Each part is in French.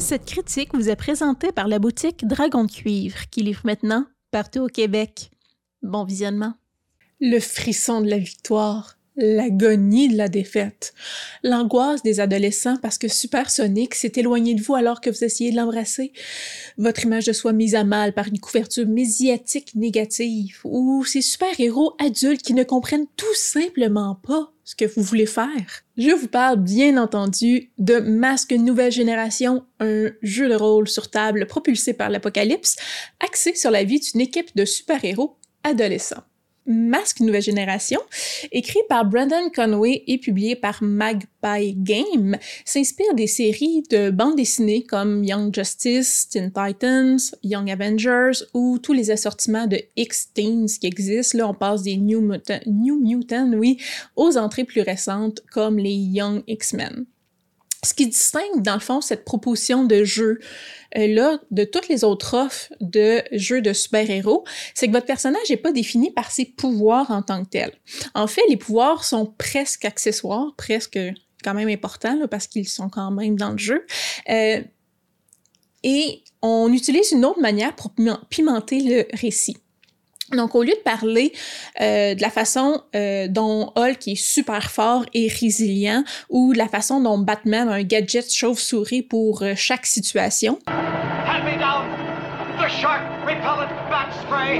Cette critique vous est présentée par la boutique Dragon de Cuivre, qui livre maintenant partout au Québec. Bon visionnement. Le frisson de la victoire, l'agonie de la défaite, l'angoisse des adolescents parce que Supersonic s'est éloigné de vous alors que vous essayez de l'embrasser, votre image de soi mise à mal par une couverture médiatique négative, ou ces super-héros adultes qui ne comprennent tout simplement pas ce que vous voulez faire. Je vous parle bien entendu de Masque Nouvelle Génération, un jeu de rôle sur table propulsé par l'Apocalypse, axé sur la vie d'une équipe de super-héros adolescents. Masque Nouvelle Génération, écrit par Brandon Conway et publié par Magpie Game, s'inspire des séries de bandes dessinées comme Young Justice, Teen Titans, Young Avengers ou tous les assortiments de X-Teens qui existent. Là, on passe des New Mutants, aux entrées plus récentes comme les Young X-Men. Ce qui distingue, dans le fond, cette proposition de jeu là, de toutes les autres offres de jeux de super-héros, c'est que votre personnage n'est pas défini par ses pouvoirs en tant que tel. En fait, les pouvoirs sont presque accessoires, presque quand même importants, là, parce qu'ils sont quand même dans le jeu. Et on utilise une autre manière pour pimenter le récit. Donc, au lieu de parler de la façon dont Hulk est super fort et résilient, ou de la façon dont Batman a un gadget chauve-souris pour chaque situation, Hand me down the shark repellent bat spray.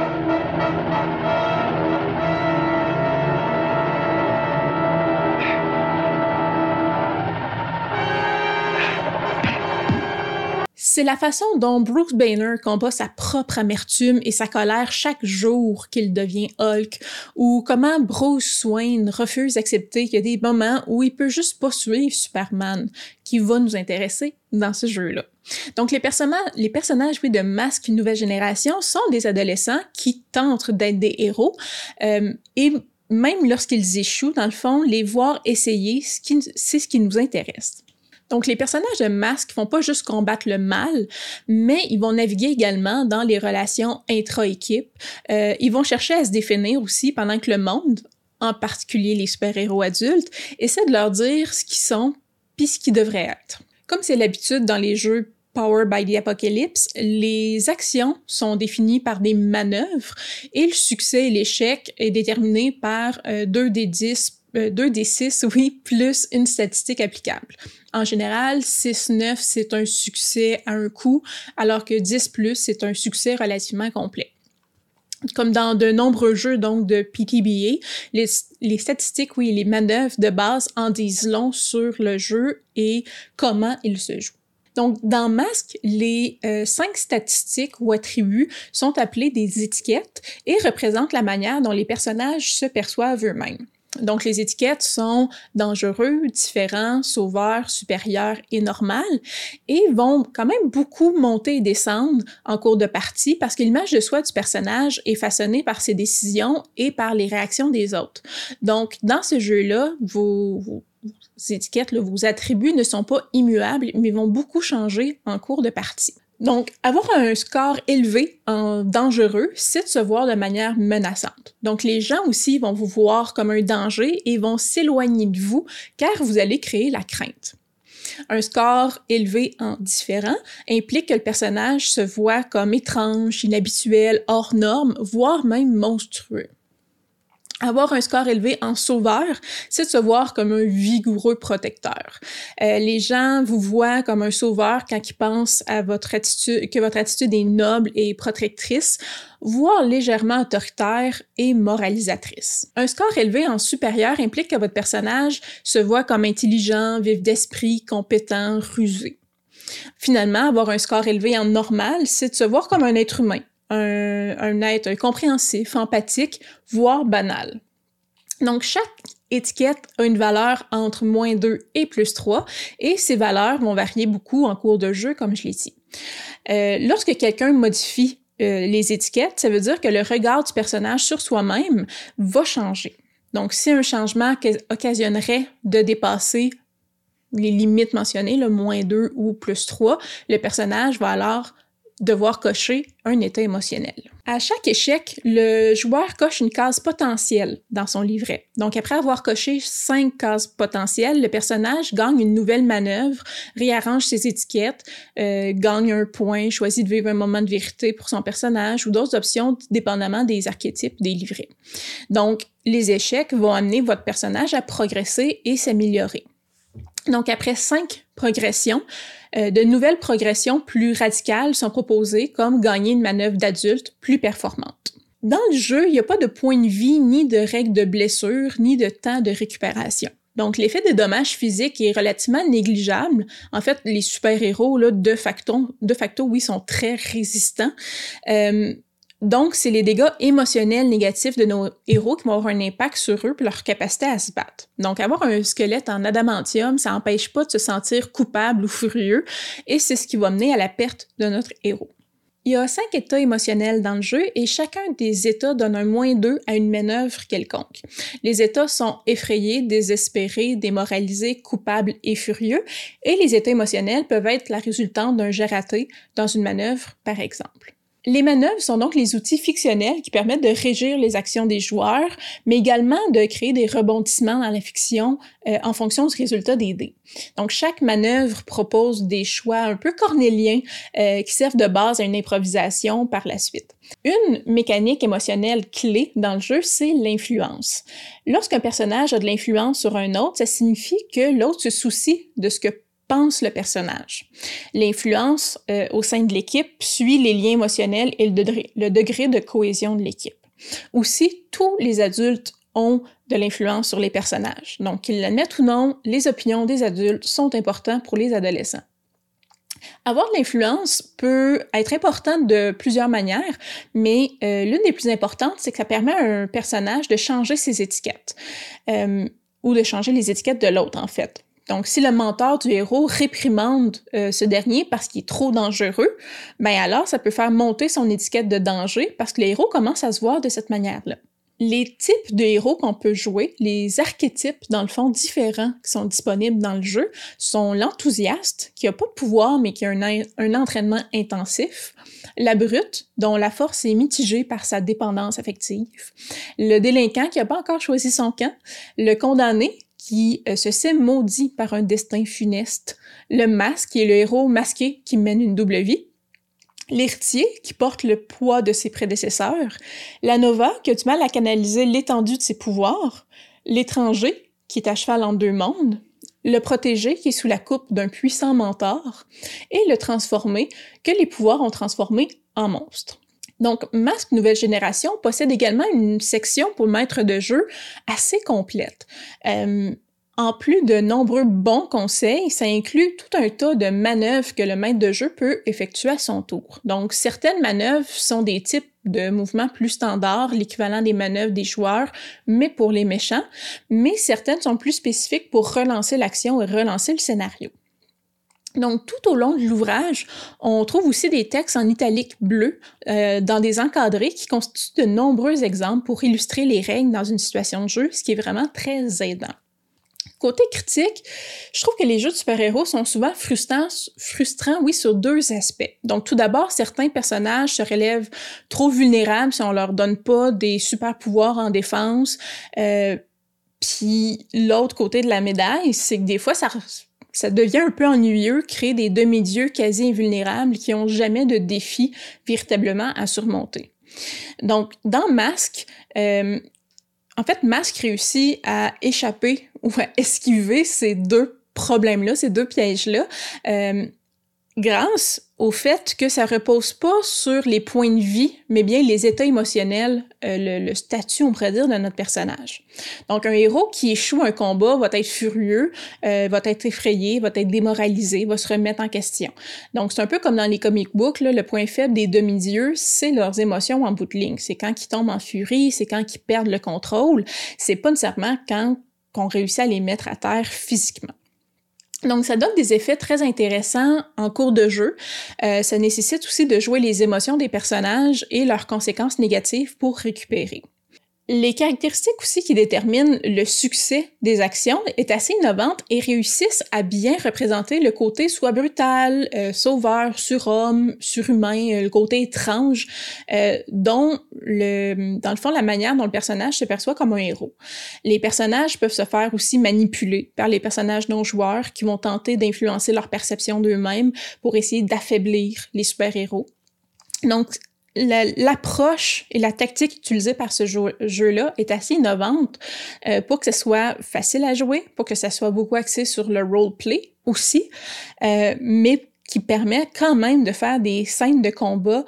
c'est la façon dont Bruce Banner combat sa propre amertume et sa colère chaque jour qu'il devient Hulk, ou comment Bruce Wayne refuse d'accepter qu'il y a des moments où il peut juste pas suivre Superman, qui va nous intéresser dans ce jeu-là. Donc, les personnages de Masque Nouvelle Génération sont des adolescents qui tentent d'être des héros, et même lorsqu'ils échouent, dans le fond, les voir essayer, c'est ce qui nous intéresse. Donc, les personnages de Masque font pas juste combattre le mal, mais ils vont naviguer également dans les relations intra-équipe. Ils vont chercher à se définir aussi pendant que le monde, en particulier les super-héros adultes, essaie de leur dire ce qu'ils sont puis ce qu'ils devraient être. Comme c'est l'habitude dans les jeux Powered by the Apocalypse, les actions sont définies par des manœuvres et le succès et l'échec est déterminé par 2d6, plus une statistique applicable. En général, 6-9, c'est un succès à un coup, alors que 10+, c'est un succès relativement complet. Comme dans de nombreux jeux donc de PTBA, les statistiques, les manœuvres de base en disent long sur le jeu et comment il se joue. Donc, dans Masque, les 5 statistiques ou attributs sont appelés des étiquettes et représentent la manière dont les personnages se perçoivent eux-mêmes. Donc, les étiquettes sont dangereux, différents, sauveur, supérieur et normal, et vont quand même beaucoup monter et descendre en cours de partie parce que l'image de soi du personnage est façonnée par ses décisions et par les réactions des autres. Donc, dans ce jeu-là, vos étiquettes, vos attributs ne sont pas immuables, mais vont beaucoup changer en cours de partie. Donc, avoir un score élevé en dangereux, c'est de se voir de manière menaçante. Donc, les gens aussi vont vous voir comme un danger et vont s'éloigner de vous car vous allez créer la crainte. Un score élevé en différent implique que le personnage se voit comme étrange, inhabituel, hors norme, voire même monstrueux. Avoir un score élevé en sauveur, c'est de se voir comme un vigoureux protecteur. Les gens vous voient comme un sauveur quand ils pensent à que votre attitude est noble et protectrice, voire légèrement autoritaire et moralisatrice. Un score élevé en supérieur implique que votre personnage se voit comme intelligent, vif d'esprit, compétent, rusé. Finalement, avoir un score élevé en normal, c'est de se voir comme un être humain. Un être compréhensif, empathique, voire banal. Donc, chaque étiquette a une valeur entre -2 et +3, et ces valeurs vont varier beaucoup en cours de jeu, comme je l'ai dit. Lorsque quelqu'un modifie les étiquettes, ça veut dire que le regard du personnage sur soi-même va changer. Donc, si un changement occasionnerait de dépasser les limites mentionnées, le -2 ou +3, le personnage va alors devoir cocher un état émotionnel. À chaque échec, le joueur coche une case potentielle dans son livret. Donc, après avoir coché 5 cases potentielles, le personnage gagne une nouvelle manœuvre, réarrange ses étiquettes, gagne un point, choisit de vivre un moment de vérité pour son personnage ou d'autres options dépendamment des archétypes des livrets. Donc, les échecs vont amener votre personnage à progresser et s'améliorer. Donc, après 5 progressions, de nouvelles progressions plus radicales sont proposées, comme gagner une manœuvre d'adulte plus performante. Dans le jeu, il n'y a pas de point de vie, ni de règles de blessure, ni de temps de récupération. Donc, l'effet des dommages physiques est relativement négligeable. En fait, les super-héros, là, de facto, oui, sont très résistants. Donc, c'est les dégâts émotionnels négatifs de nos héros qui vont avoir un impact sur eux et leur capacité à se battre. Donc, avoir un squelette en adamantium, ça n'empêche pas de se sentir coupable ou furieux, et c'est ce qui va mener à la perte de notre héros. Il y a 5 états émotionnels dans le jeu et chacun des états donne un -2 à une manœuvre quelconque. Les états sont effrayés, désespérés, démoralisés, coupables et furieux, et les états émotionnels peuvent être la résultante d'un jet raté dans une manœuvre, par exemple. Les manœuvres sont donc les outils fictionnels qui permettent de régir les actions des joueurs, mais également de créer des rebondissements dans la fiction en fonction du résultat des dés. Donc, chaque manœuvre propose des choix un peu cornéliens qui servent de base à une improvisation par la suite. Une mécanique émotionnelle clé dans le jeu, c'est l'influence. Lorsqu'un personnage a de l'influence sur un autre, ça signifie que l'autre se soucie de ce que pense le personnage. L'influence au sein de l'équipe suit les liens émotionnels et le degré de cohésion de l'équipe. Aussi, tous les adultes ont de l'influence sur les personnages. Donc, qu'ils l'admettent ou non, les opinions des adultes sont importantes pour les adolescents. Avoir de l'influence peut être important de plusieurs manières, mais l'une des plus importantes, c'est que ça permet à un personnage de changer ses étiquettes, ou de changer les étiquettes de l'autre, en fait. Donc, si le mentor du héros réprimande ce dernier parce qu'il est trop dangereux, ben alors ça peut faire monter son étiquette de danger parce que le héros commence à se voir de cette manière-là. Les types de héros qu'on peut jouer, les archétypes, dans le fond, différents qui sont disponibles dans le jeu, sont l'enthousiaste, qui n'a pas de pouvoir, mais qui a un entraînement intensif, la brute, dont la force est mitigée par sa dépendance affective, le délinquant qui n'a pas encore choisi son camp, le condamné, qui se sait maudit par un destin funeste, le masque, qui est le héros masqué qui mène une double vie, l'héritier, qui porte le poids de ses prédécesseurs, la nova, qui a du mal à canaliser l'étendue de ses pouvoirs, l'étranger, qui est à cheval en 2 mondes, le protégé, qui est sous la coupe d'un puissant mentor, et le transformé, que les pouvoirs ont transformé en monstre. Donc, Masque Nouvelle Génération possède également une section pour maître de jeu assez complète. En plus de nombreux bons conseils, ça inclut tout un tas de manœuvres que le maître de jeu peut effectuer à son tour. Donc, certaines manœuvres sont des types de mouvements plus standards, l'équivalent des manœuvres des joueurs, mais pour les méchants, mais certaines sont plus spécifiques pour relancer l'action et relancer le scénario. Donc, tout au long de l'ouvrage, on trouve aussi des textes en italique bleu dans des encadrés qui constituent de nombreux exemples pour illustrer les règles dans une situation de jeu, ce qui est vraiment très aidant. Côté critique, je trouve que les jeux de super-héros sont souvent frustrants, oui, sur 2 aspects. Donc, tout d'abord, certains personnages se relèvent trop vulnérables si on leur donne pas des super-pouvoirs en défense. Puis, l'autre côté de la médaille, c'est que des fois, ça devient un peu ennuyeux, créer des demi-dieux quasi invulnérables qui n'ont jamais de défi véritablement à surmonter. Donc, dans Masque, en fait, Masque réussit à échapper ou à esquiver ces 2 problèmes-là, ces 2 pièges-là, grâce au fait que ça repose pas sur les points de vie, mais bien les états émotionnels, le statut, on pourrait dire, de notre personnage. Donc, un héros qui échoue un combat va être furieux, va être effrayé, va être démoralisé, va se remettre en question. Donc, c'est un peu comme dans les comic books, là, le point faible des demi-dieux, c'est leurs émotions en bout de ligne. C'est quand ils tombent en furie, c'est quand ils perdent le contrôle. C'est pas nécessairement quand qu'on réussit à les mettre à terre physiquement. Donc, ça donne des effets très intéressants en cours de jeu. Ça nécessite aussi de jouer les émotions des personnages et leurs conséquences négatives pour récupérer. Les caractéristiques aussi qui déterminent le succès des actions est assez innovantes et réussissent à bien représenter le côté soit brutal, sauveur, surhomme, surhumain, le côté étrange, dans le fond, la manière dont le personnage se perçoit comme un héros. Les personnages peuvent se faire aussi manipuler par les personnages non-joueurs qui vont tenter d'influencer leur perception d'eux-mêmes pour essayer d'affaiblir les super-héros. Donc, l'approche et la tactique utilisée par ce jeu-là est assez innovante pour que ce soit facile à jouer, pour que ça soit beaucoup axé sur le roleplay aussi, mais qui permet quand même de faire des scènes de combat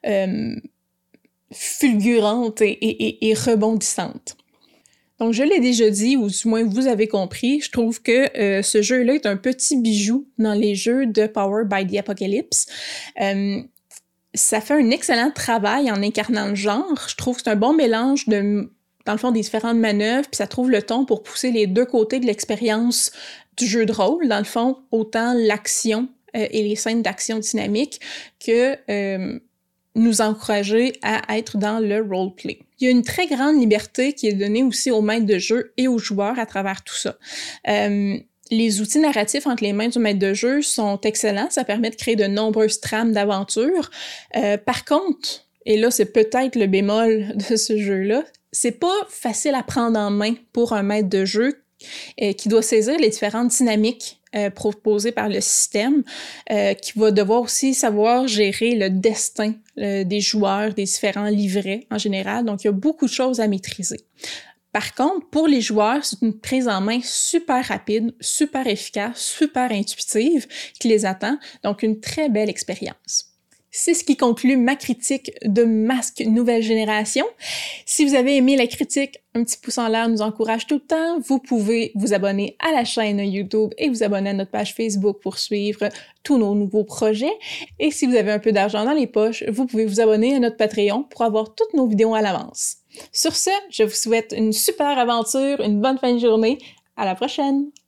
fulgurantes et rebondissantes. Donc, je l'ai déjà dit, ou du moins vous avez compris, je trouve que ce jeu-là est un petit bijou dans les jeux de Power by the Apocalypse. Ça fait un excellent travail en incarnant le genre. Je trouve que c'est un bon mélange de, dans le fond, des différentes manœuvres, puis ça trouve le ton pour pousser les deux côtés de l'expérience du jeu de rôle. Dans le fond, autant l'action et les scènes d'action dynamiques que nous encourager à être dans le roleplay. Il y a une très grande liberté qui est donnée aussi aux maîtres de jeu et aux joueurs à travers tout ça. Les outils narratifs entre les mains du maître de jeu sont excellents. Ça permet de créer de nombreuses trames d'aventure. Par contre, et là, c'est peut-être le bémol de ce jeu-là, c'est pas facile à prendre en main pour un maître de jeu qui doit saisir les différentes dynamiques proposées par le système, qui va devoir aussi savoir gérer le destin des joueurs, des différents livrets en général. Donc, il y a beaucoup de choses à maîtriser. Par contre, pour les joueurs, c'est une prise en main super rapide, super efficace, super intuitive qui les attend. Donc, une très belle expérience. C'est ce qui conclut ma critique de Masque Nouvelle Génération. Si vous avez aimé la critique, un petit pouce en l'air nous encourage tout le temps. Vous pouvez vous abonner à la chaîne YouTube et vous abonner à notre page Facebook pour suivre tous nos nouveaux projets. Et si vous avez un peu d'argent dans les poches, vous pouvez vous abonner à notre Patreon pour avoir toutes nos vidéos à l'avance. Sur ce, je vous souhaite une super aventure, une bonne fin de journée. À la prochaine!